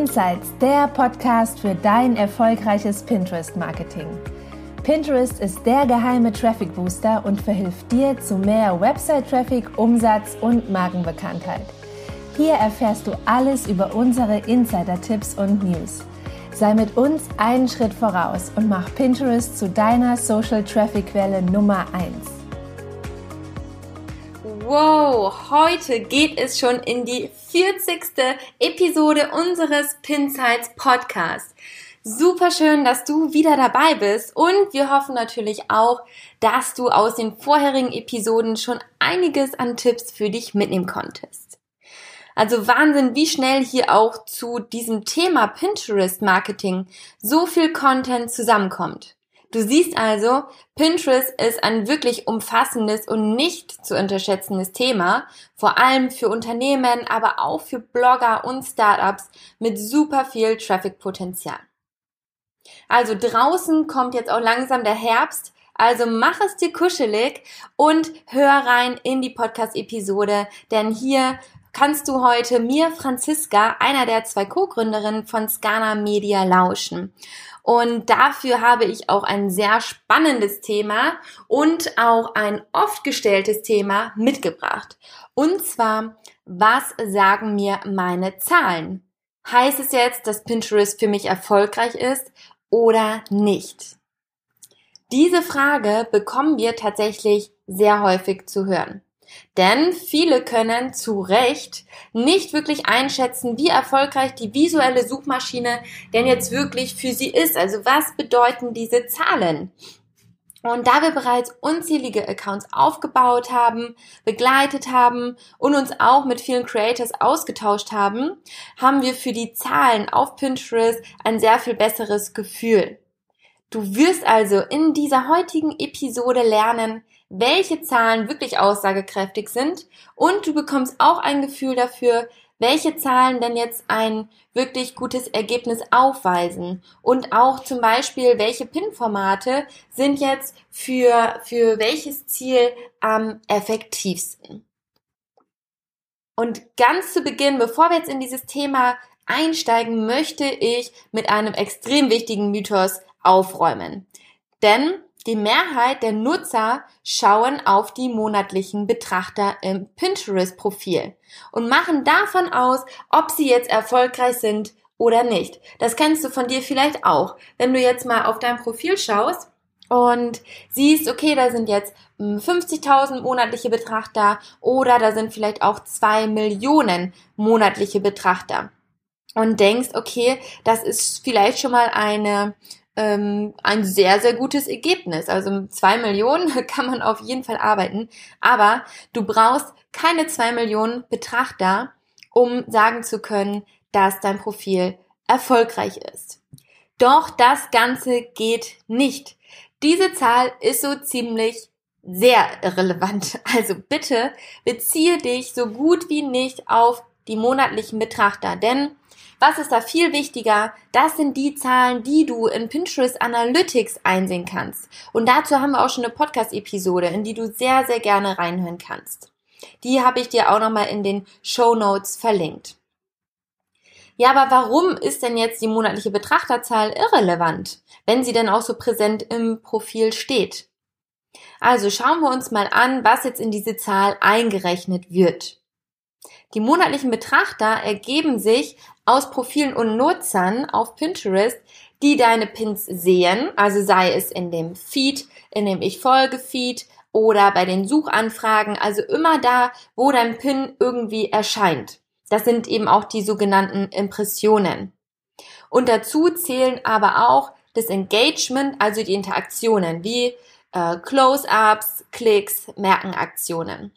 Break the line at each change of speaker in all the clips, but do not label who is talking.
Pinsights, der Podcast für dein erfolgreiches Pinterest-Marketing. Pinterest ist der geheime Traffic-Booster und verhilft dir zu mehr Website-Traffic, Umsatz und Markenbekanntheit. Hier erfährst du alles über unsere Insider-Tipps und News. Sei mit uns einen Schritt voraus und mach Pinterest zu deiner Social-Traffic-Quelle Nummer 1.
Wow, heute geht es schon in die 40. Episode unseres Pinsights Podcasts. Super schön, dass du wieder dabei bist und wir hoffen natürlich auch, dass du aus den vorherigen Episoden schon einiges an Tipps für dich mitnehmen konntest. Also Wahnsinn, wie schnell hier auch zu diesem Thema Pinterest Marketing so viel Content zusammenkommt. Du siehst also, Pinterest ist ein wirklich umfassendes und nicht zu unterschätzendes Thema, vor allem für Unternehmen, aber auch für Blogger und Startups mit super viel Traffic-Potenzial. Also draußen kommt jetzt auch langsam der Herbst, also mach es dir kuschelig und hör rein in die Podcast-Episode, denn hier kannst du heute mir, Franziska, einer der 2 Co-Gründerinnen von Scana Media, lauschen. Und dafür habe ich auch ein sehr spannendes Thema und auch ein oft gestelltes Thema mitgebracht. Und zwar, was sagen mir meine Zahlen? Heißt es jetzt, dass Pinterest für mich erfolgreich ist oder nicht? Diese Frage bekommen wir tatsächlich sehr häufig zu hören. Denn viele können zu Recht nicht wirklich einschätzen, wie erfolgreich die visuelle Suchmaschine denn jetzt wirklich für sie ist. Also was bedeuten diese Zahlen? Und da wir bereits unzählige Accounts aufgebaut haben, begleitet haben und uns auch mit vielen Creators ausgetauscht haben, haben wir für die Zahlen auf Pinterest ein sehr viel besseres Gefühl. Du wirst also in dieser heutigen Episode lernen, welche Zahlen wirklich aussagekräftig sind und du bekommst auch ein Gefühl dafür, welche Zahlen denn jetzt ein wirklich gutes Ergebnis aufweisen und auch zum Beispiel, welche Pin-Formate sind jetzt für welches Ziel am effektivsten. Und ganz zu Beginn, bevor wir jetzt in dieses Thema einsteigen, möchte ich mit einem extrem wichtigen Mythos aufräumen. Denn die Mehrheit der Nutzer schauen auf die monatlichen Betrachter im Pinterest-Profil und machen davon aus, ob sie jetzt erfolgreich sind oder nicht. Das kennst du von dir vielleicht auch. Wenn du jetzt mal auf dein Profil schaust und siehst, okay, da sind jetzt 50.000 monatliche Betrachter oder da sind vielleicht auch 2 Millionen monatliche Betrachter und denkst, okay, das ist vielleicht schon mal ein sehr, sehr gutes Ergebnis. Also 2 Millionen kann man auf jeden Fall arbeiten, aber du brauchst keine 2 Millionen Betrachter, um sagen zu können, dass dein Profil erfolgreich ist. Doch das Ganze geht nicht. Diese Zahl ist so ziemlich sehr irrelevant. Also bitte beziehe dich so gut wie nicht auf die monatlichen Betrachter, denn was ist da viel wichtiger? Das sind die Zahlen, die du in Pinterest Analytics einsehen kannst. Und dazu haben wir auch schon eine Podcast-Episode, in die du sehr, sehr gerne reinhören kannst. Die habe ich dir auch nochmal in den Shownotes verlinkt. Ja, aber warum ist denn jetzt die monatliche Betrachterzahl irrelevant, wenn sie denn auch so präsent im Profil steht? Also schauen wir uns mal an, was jetzt in diese Zahl eingerechnet wird. Die monatlichen Betrachter ergeben sich aus Profilen und Nutzern auf Pinterest, die deine Pins sehen, also sei es in dem Feed, in dem Ich folge Feed oder bei den Suchanfragen, also immer da, wo dein Pin irgendwie erscheint. Das sind eben auch die sogenannten Impressionen. Und dazu zählen aber auch das Engagement, also die Interaktionen, wie Close-ups, Klicks, Merkenaktionen.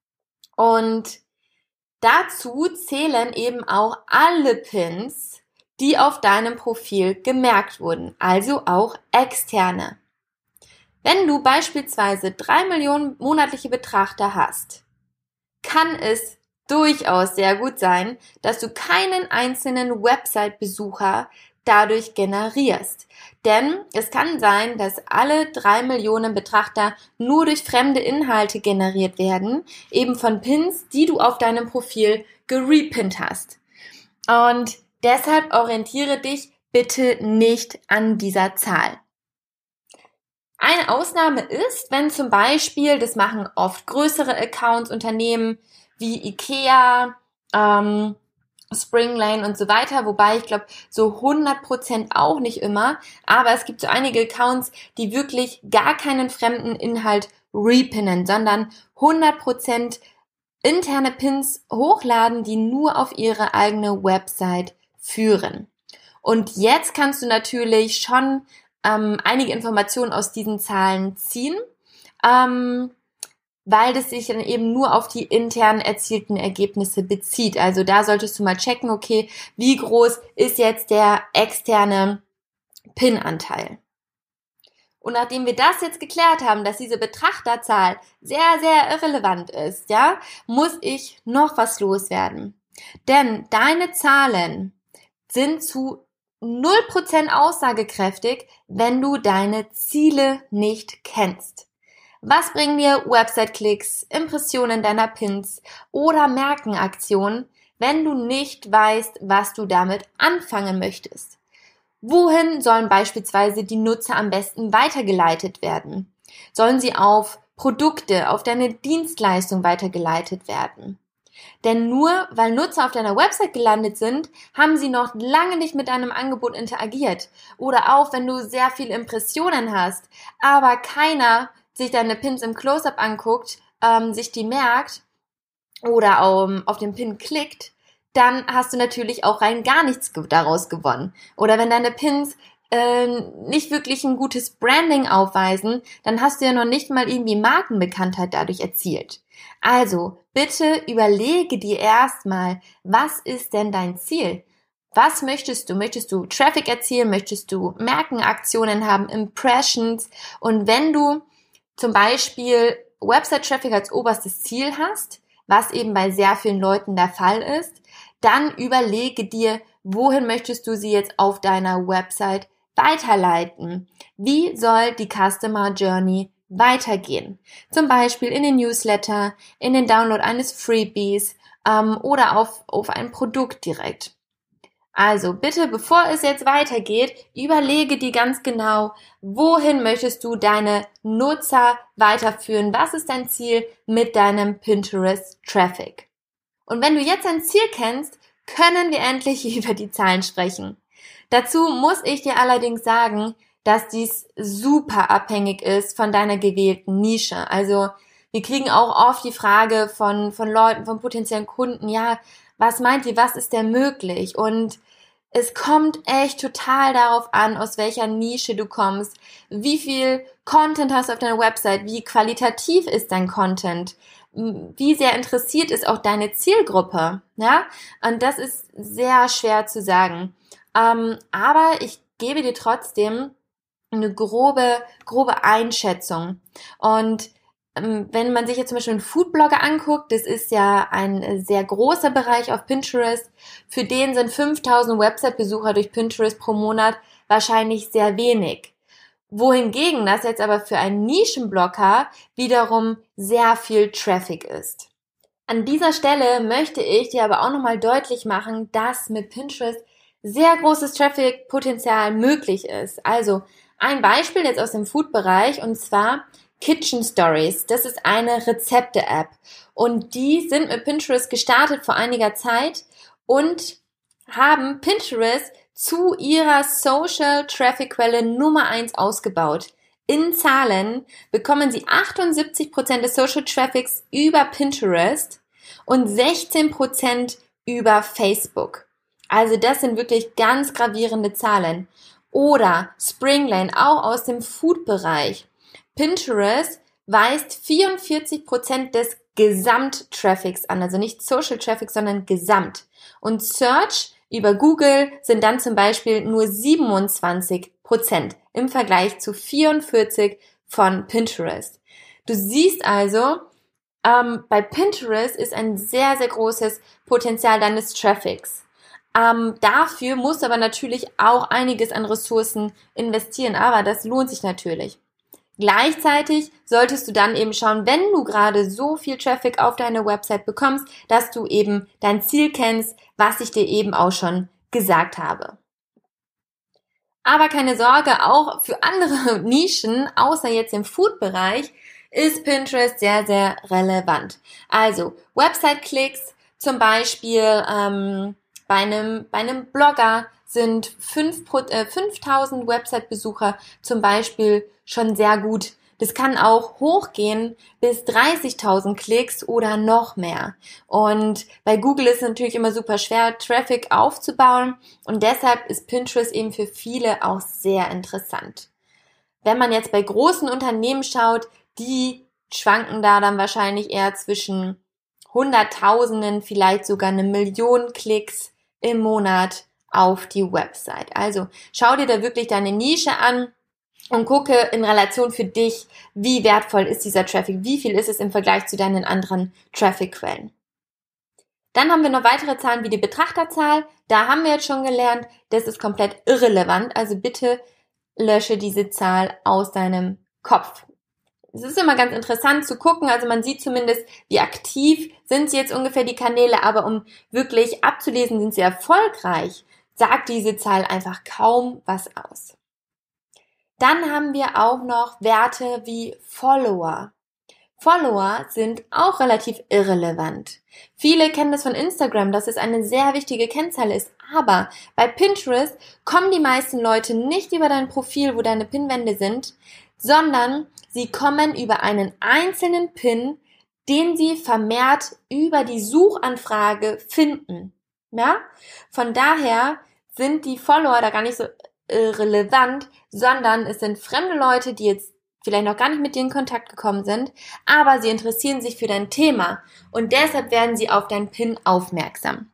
Und dazu zählen eben auch alle Pins, die auf deinem Profil gemerkt wurden, also auch externe. Wenn du beispielsweise 3 Millionen monatliche Betrachter hast, kann es durchaus sehr gut sein, dass du keinen einzelnen Website-Besucher dadurch generierst. Denn es kann sein, dass alle 3 Millionen Betrachter nur durch fremde Inhalte generiert werden, eben von Pins, die du auf deinem Profil gerepinnt hast. Und Deshalb orientiere dich bitte nicht an dieser Zahl. Eine Ausnahme ist, wenn zum Beispiel, das machen oft größere Accounts, Unternehmen wie IKEA, Springlane und so weiter, wobei ich glaube, so 100% auch nicht immer, aber es gibt so einige Accounts, die wirklich gar keinen fremden Inhalt repinnen, sondern 100% interne Pins hochladen, die nur auf ihre eigene Website führen. Und jetzt kannst du natürlich schon einige Informationen aus diesen Zahlen ziehen, weil das sich dann eben nur auf die intern erzielten Ergebnisse bezieht. Also da solltest du mal checken, okay, wie groß ist jetzt der externe Pin-Anteil? Und nachdem wir das jetzt geklärt haben, dass diese Betrachterzahl sehr, sehr irrelevant ist, ja, muss ich noch was loswerden. Denn deine Zahlen sind zu 0% aussagekräftig, wenn du deine Ziele nicht kennst. Was bringen dir Website-Klicks, Impressionen deiner Pins oder Markenaktionen, wenn du nicht weißt, was du damit anfangen möchtest? Wohin sollen beispielsweise die Nutzer am besten weitergeleitet werden? Sollen sie auf Produkte, auf deine Dienstleistung weitergeleitet werden? Denn nur weil Nutzer auf deiner Website gelandet sind, haben sie noch lange nicht mit deinem Angebot interagiert. Oder auch, wenn du sehr viele Impressionen hast, aber keiner sich deine Pins im Close-Up anguckt, sich die merkt oder auf den Pin klickt, dann hast du natürlich auch rein gar nichts daraus gewonnen. Oder wenn deine Pins nicht wirklich ein gutes Branding aufweisen, dann hast du ja noch nicht mal irgendwie Markenbekanntheit dadurch erzielt. Also, bitte überlege dir erstmal, was ist denn dein Ziel? Was möchtest du? Möchtest du Traffic erzielen? Möchtest du Markenaktionen haben, Impressions? Und wenn du zum Beispiel Website-Traffic als oberstes Ziel hast, was eben bei sehr vielen Leuten der Fall ist, dann überlege dir, wohin möchtest du sie jetzt auf deiner Website weiterleiten? Wie soll die Customer Journey weitergehen? Zum Beispiel in den Newsletter, in den Download eines Freebies oder auf ein Produkt direkt. Also bitte, bevor es jetzt weitergeht, überlege dir ganz genau, wohin möchtest du deine Nutzer weiterführen? Was ist dein Ziel mit deinem Pinterest-Traffic? Und wenn du jetzt dein Ziel kennst, können wir endlich über die Zahlen sprechen. Dazu muss ich dir allerdings sagen, dass dies super abhängig ist von deiner gewählten Nische. Also wir kriegen auch oft die Frage von Leuten, von potenziellen Kunden, ja, was meint ihr, was ist denn möglich? Und es kommt echt total darauf an, aus welcher Nische du kommst, wie viel Content hast du auf deiner Website, wie qualitativ ist dein Content, wie sehr interessiert ist auch deine Zielgruppe, ja? Und das ist sehr schwer zu sagen. Aber ich gebe dir trotzdem eine grobe Einschätzung. Und wenn man sich jetzt zum Beispiel einen Foodblogger anguckt, das ist ja ein sehr großer Bereich auf Pinterest, für den sind 5000 Website-Besucher durch Pinterest pro Monat wahrscheinlich sehr wenig. Wohingegen das jetzt aber für einen Nischenblogger wiederum sehr viel Traffic ist. An dieser Stelle möchte ich dir aber auch nochmal deutlich machen, dass mit Pinterest sehr großes Traffic-Potenzial möglich ist. Also ein Beispiel jetzt aus dem Food-Bereich und zwar Kitchen Stories. Das ist eine Rezepte-App und die sind mit Pinterest gestartet vor einiger Zeit und haben Pinterest zu ihrer Social Traffic Quelle Nummer 1 ausgebaut. In Zahlen bekommen sie 78% des Social Traffics über Pinterest und 16% über Facebook. Also das sind wirklich ganz gravierende Zahlen. Oder Springlane, auch aus dem Food-Bereich. Pinterest weist 44% des Gesamttraffics an, also nicht Social Traffic, sondern Gesamt. Und Search über Google sind dann zum Beispiel nur 27% im Vergleich zu 44% von Pinterest. Du siehst also, bei Pinterest ist ein sehr, sehr großes Potenzial deines Traffics. Dafür musst du aber natürlich auch einiges an Ressourcen investieren, aber das lohnt sich natürlich. Gleichzeitig solltest du dann eben schauen, wenn du gerade so viel Traffic auf deine Website bekommst, dass du eben dein Ziel kennst, was ich dir eben auch schon gesagt habe. Aber keine Sorge, auch für andere Nischen, außer jetzt im Food-Bereich, ist Pinterest sehr, sehr relevant. Also Website-Klicks, zum Beispiel bei einem Blogger sind 5000 Website-Besucher zum Beispiel schon sehr gut. Das kann auch hochgehen bis 30.000 Klicks oder noch mehr. Und bei Google ist es natürlich immer super schwer, Traffic aufzubauen. Und deshalb ist Pinterest eben für viele auch sehr interessant. Wenn man jetzt bei großen Unternehmen schaut, die schwanken da dann wahrscheinlich eher zwischen Hunderttausenden, vielleicht sogar 1 Million Klicks im Monat auf die Website. Also schau dir da wirklich deine Nische an und gucke in Relation für dich, wie wertvoll ist dieser Traffic, wie viel ist es im Vergleich zu deinen anderen Traffic-Quellen. Dann haben wir noch weitere Zahlen wie die Betrachterzahl. Da haben wir jetzt schon gelernt, das ist komplett irrelevant. Also bitte lösche diese Zahl aus deinem Kopf. Es ist immer ganz interessant zu gucken, also man sieht zumindest, wie aktiv sind jetzt ungefähr die Kanäle, aber um wirklich abzulesen, sind sie erfolgreich, sagt diese Zahl einfach kaum was aus. Dann haben wir auch noch Werte wie Follower. Follower sind auch relativ irrelevant. Viele kennen das von Instagram, dass es eine sehr wichtige Kennzahl ist, aber bei Pinterest kommen die meisten Leute nicht über dein Profil, wo deine Pinwände sind, sondern sie kommen über einen einzelnen Pin, den sie vermehrt über die Suchanfrage finden. Ja? Von daher sind die Follower da gar nicht so relevant, sondern es sind fremde Leute, die jetzt vielleicht noch gar nicht mit dir in Kontakt gekommen sind, aber sie interessieren sich für dein Thema und deshalb werden sie auf dein Pin aufmerksam.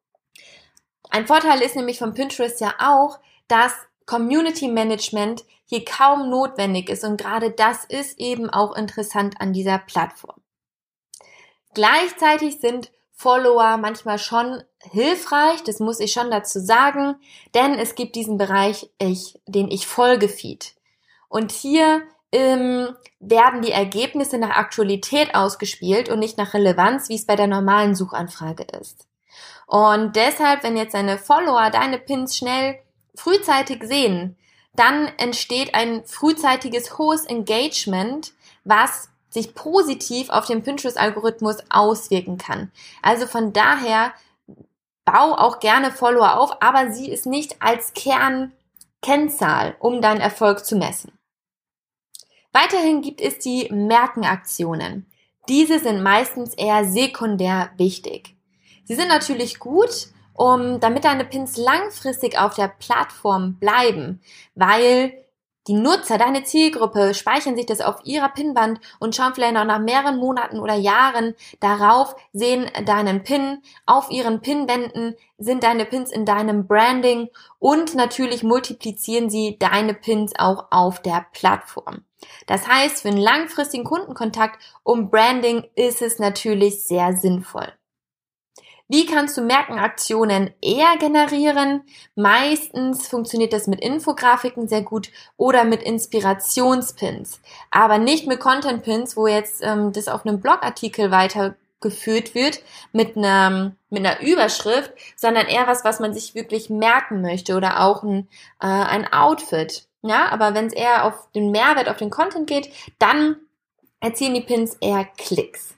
Ein Vorteil ist nämlich von Pinterest ja auch, dass Community Management hier kaum notwendig ist und gerade das ist eben auch interessant an dieser Plattform. Gleichzeitig sind Follower manchmal schon hilfreich, das muss ich schon dazu sagen, denn es gibt diesen Bereich, den Ich-Folge-Feed. Und hier werden die Ergebnisse nach Aktualität ausgespielt und nicht nach Relevanz, wie es bei der normalen Suchanfrage ist. Und deshalb, wenn jetzt deine Follower deine Pins schnell frühzeitig sehen, dann entsteht ein frühzeitiges hohes Engagement, was sich positiv auf den Pinterest-Algorithmus auswirken kann. Also von daher bau auch gerne Follower auf, aber sieh es nicht als Kernkennzahl, um deinen Erfolg zu messen. Weiterhin gibt es die Markenaktionen. Diese sind meistens eher sekundär wichtig. Sie sind natürlich gut, damit deine Pins langfristig auf der Plattform bleiben, weil die Nutzer, deine Zielgruppe, speichern sich das auf ihrer Pinwand und schauen vielleicht auch nach mehreren Monaten oder Jahren darauf, sehen deinen Pin, auf ihren Pinwänden sind deine Pins in deinem Branding und natürlich multiplizieren sie deine Pins auch auf der Plattform. Das heißt, für einen langfristigen Kundenkontakt und Branding ist es natürlich sehr sinnvoll. Wie kannst du Markenaktionen eher generieren? Meistens funktioniert das mit Infografiken sehr gut oder mit Inspirationspins, aber nicht mit Content-Pins, wo jetzt das auf einem Blogartikel weitergeführt wird mit einer Überschrift, sondern eher was man sich wirklich merken möchte oder auch ein Outfit. Ja, aber wenn es eher auf den Mehrwert, auf den Content geht, dann erzielen die Pins eher Klicks.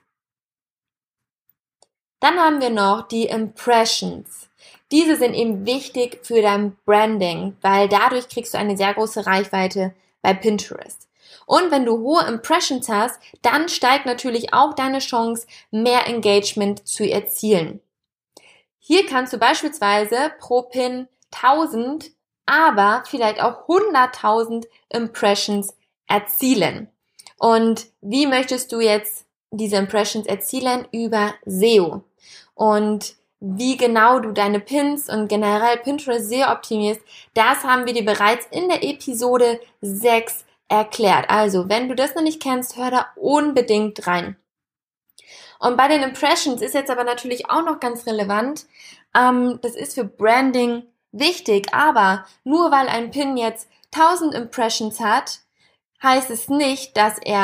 Dann haben wir noch die Impressions. Diese sind eben wichtig für dein Branding, weil dadurch kriegst du eine sehr große Reichweite bei Pinterest. Und wenn du hohe Impressions hast, dann steigt natürlich auch deine Chance, mehr Engagement zu erzielen. Hier kannst du beispielsweise pro Pin 1000, aber vielleicht auch 100.000 Impressions erzielen. Und wie möchtest du jetzt diese Impressions erzielen? Über SEO. Und wie genau du deine Pins und generell Pinterest SEO optimierst, das haben wir dir bereits in der Episode 6 erklärt. Also, wenn du das noch nicht kennst, hör da unbedingt rein. Und bei den Impressions ist jetzt aber natürlich auch noch ganz relevant, das ist für Branding wichtig, aber nur weil ein Pin jetzt 1000 Impressions hat, heißt es nicht, dass er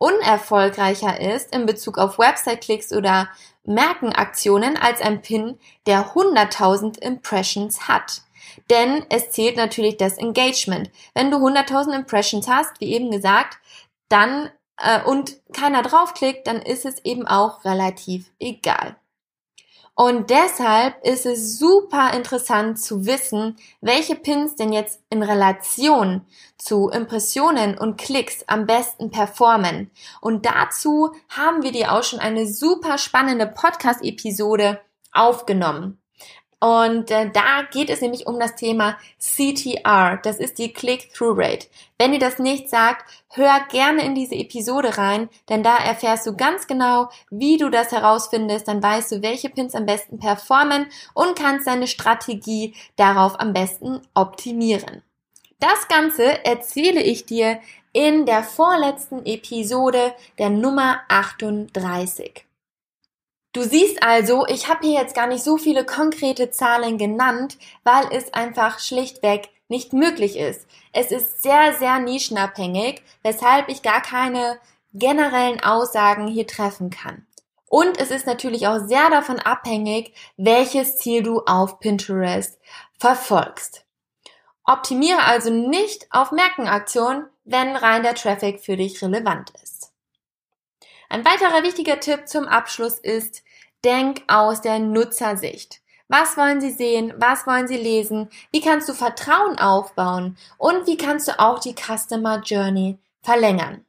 unerfolgreicher ist in Bezug auf Website-Klicks oder Markenaktionen als ein Pin, der 100.000 Impressions hat. Denn es zählt natürlich das Engagement. Wenn du 100.000 Impressions hast, wie eben gesagt, dann und keiner draufklickt, dann ist es eben auch relativ egal. Und deshalb ist es super interessant zu wissen, welche Pins denn jetzt in Relation zu Impressionen und Klicks am besten performen. Und dazu haben wir dir auch schon eine super spannende Podcast-Episode aufgenommen. Und da geht es nämlich um das Thema CTR, das ist die Click-Through-Rate. Wenn dir das nicht sagt, hör gerne in diese Episode rein, denn da erfährst du ganz genau, wie du das herausfindest, dann weißt du, welche Pins am besten performen und kannst deine Strategie darauf am besten optimieren. Das Ganze erzähle ich dir in der vorletzten Episode, der Nummer 38. Du siehst also, ich habe hier jetzt gar nicht so viele konkrete Zahlen genannt, weil es einfach schlichtweg nicht möglich ist. Es ist sehr, sehr nischenabhängig, weshalb ich gar keine generellen Aussagen hier treffen kann. Und es ist natürlich auch sehr davon abhängig, welches Ziel du auf Pinterest verfolgst. Optimiere also nicht auf Markenaktionen, wenn rein der Traffic für dich relevant ist. Ein weiterer wichtiger Tipp zum Abschluss ist, denk aus der Nutzersicht. Was wollen sie sehen? Was wollen sie lesen? Wie kannst du Vertrauen aufbauen? Und wie kannst du auch die Customer Journey verlängern?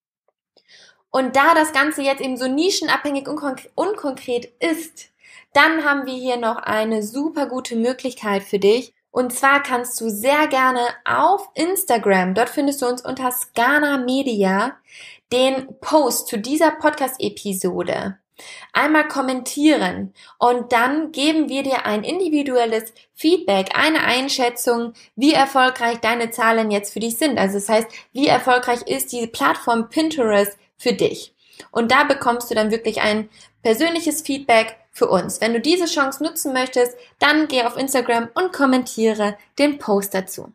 Und da das Ganze jetzt eben so nischenabhängig und unkonkret ist, dann haben wir hier noch eine super gute Möglichkeit für dich. Und zwar kannst du sehr gerne auf Instagram, dort findest du uns unter Scana Media, den Post zu dieser Podcast-Episode einmal kommentieren und dann geben wir dir ein individuelles Feedback, eine Einschätzung, wie erfolgreich deine Zahlen jetzt für dich sind. Also das heißt, wie erfolgreich ist die Plattform Pinterest für dich? Und da bekommst du dann wirklich ein persönliches Feedback für uns. Wenn du diese Chance nutzen möchtest, dann geh auf Instagram und kommentiere den Post dazu.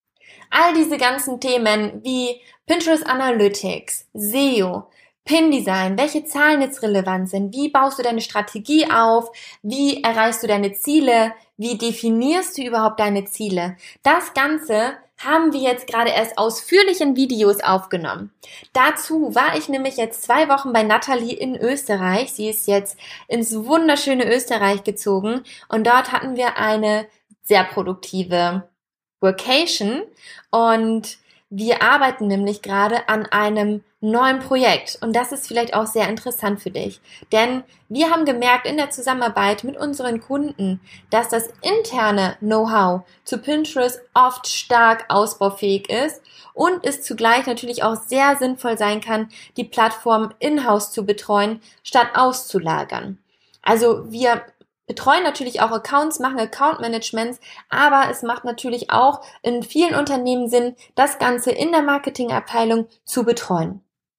All diese ganzen Themen wie Pinterest Analytics, SEO, Pin-Design, welche Zahlen jetzt relevant sind, wie baust du deine Strategie auf, wie erreichst du deine Ziele, wie definierst du überhaupt deine Ziele. Das Ganze haben wir jetzt gerade erst ausführlich in Videos aufgenommen. Dazu war ich nämlich jetzt 2 Wochen bei Nathalie in Österreich. Sie ist jetzt ins wunderschöne Österreich gezogen und dort hatten wir eine sehr produktive Workation und wir arbeiten nämlich gerade an einem neuen Projekt und das ist vielleicht auch sehr interessant für dich, denn wir haben gemerkt in der Zusammenarbeit mit unseren Kunden, dass das interne Know-how zu Pinterest oft stark ausbaufähig ist und es zugleich natürlich auch sehr sinnvoll sein kann, die Plattform in-house zu betreuen, statt auszulagern. Also wir betreuen natürlich auch Accounts, machen Account-Managements, aber es macht natürlich auch in vielen Unternehmen Sinn, das Ganze in der Marketingabteilung zu betreuen.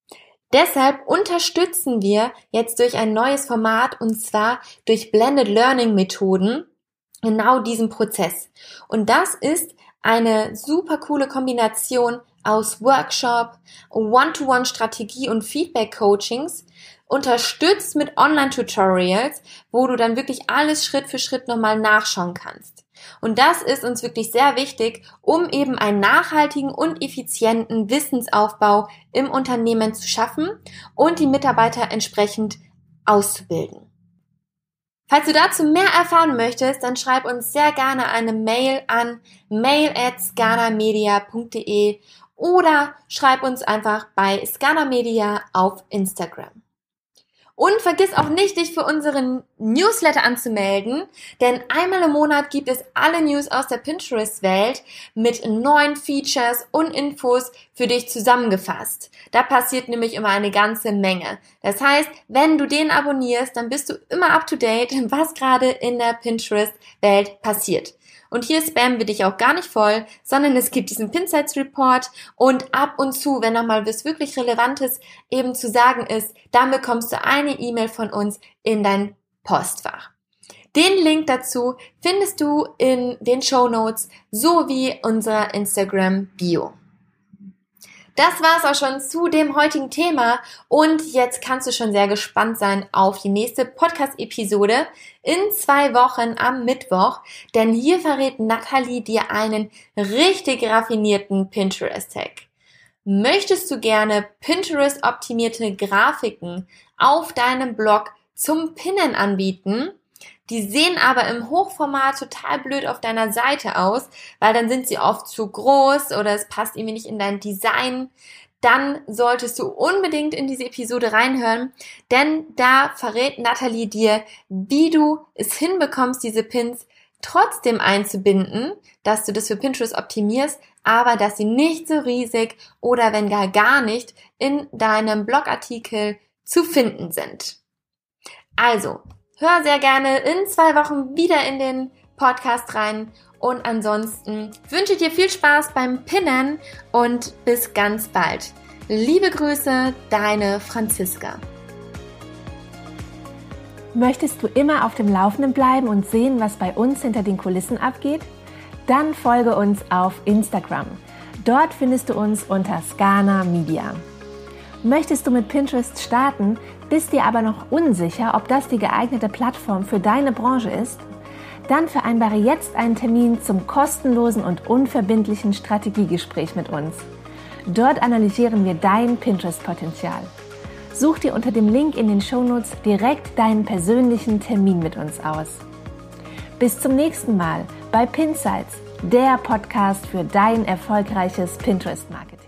Deshalb unterstützen wir jetzt durch ein neues Format und zwar durch Blended Learning Methoden genau diesen Prozess. Und das ist eine super coole Kombination aus Workshop, One-to-One-Strategie und Feedback-Coachings, unterstützt mit Online-Tutorials, wo du dann wirklich alles Schritt für Schritt nochmal nachschauen kannst. Und das ist uns wirklich sehr wichtig, um eben einen nachhaltigen und effizienten Wissensaufbau im Unternehmen zu schaffen und die Mitarbeiter entsprechend auszubilden. Falls du dazu mehr erfahren möchtest, dann schreib uns sehr gerne eine Mail an mail@scanamedia.de oder schreib uns einfach bei Scana Media auf Instagram. Und vergiss auch nicht, dich für unseren Newsletter anzumelden, denn einmal im Monat gibt es alle News aus der Pinterest-Welt mit neuen Features und Infos für dich zusammengefasst. Da passiert nämlich immer eine ganze Menge. Das heißt, wenn du den abonnierst, dann bist du immer up to date, was gerade in der Pinterest-Welt passiert. Und hier spammen wir dich auch gar nicht voll, sondern es gibt diesen Pinsights Report und ab und zu, wenn nochmal was wirklich Relevantes eben zu sagen ist, dann bekommst du eine E-Mail von uns in dein Postfach. Den Link dazu findest du in den Shownotes sowie unserer Instagram-Bio. Das war's auch schon zu dem heutigen Thema und jetzt kannst du schon sehr gespannt sein auf die nächste Podcast-Episode in 2 Wochen am Mittwoch, denn hier verrät Nathalie dir einen richtig raffinierten Pinterest-Hack. Möchtest du gerne Pinterest-optimierte Grafiken auf deinem Blog zum Pinnen anbieten? Die sehen aber im Hochformat total blöd auf deiner Seite aus, weil dann sind sie oft zu groß oder es passt irgendwie nicht in dein Design. Dann solltest du unbedingt in diese Episode reinhören, denn da verrät Nathalie dir, wie du es hinbekommst, diese Pins trotzdem einzubinden, dass du das für Pinterest optimierst, aber dass sie nicht so riesig oder wenn gar nicht in deinem Blogartikel zu finden sind. Also, hör sehr gerne in 2 Wochen wieder in den Podcast rein und ansonsten wünsche ich dir viel Spaß beim Pinnen und bis ganz bald. Liebe Grüße, deine Franziska.
Möchtest du immer auf dem Laufenden bleiben und sehen, was bei uns hinter den Kulissen abgeht? Dann folge uns auf Instagram. Dort findest du uns unter Scana Media. Möchtest du mit Pinterest starten, bist dir aber noch unsicher, ob das die geeignete Plattform für deine Branche ist? Dann vereinbare jetzt einen Termin zum kostenlosen und unverbindlichen Strategiegespräch mit uns. Dort analysieren wir dein Pinterest-Potenzial. Such dir unter dem Link in den Shownotes direkt deinen persönlichen Termin mit uns aus. Bis zum nächsten Mal bei Pinsights, der Podcast für dein erfolgreiches Pinterest-Marketing.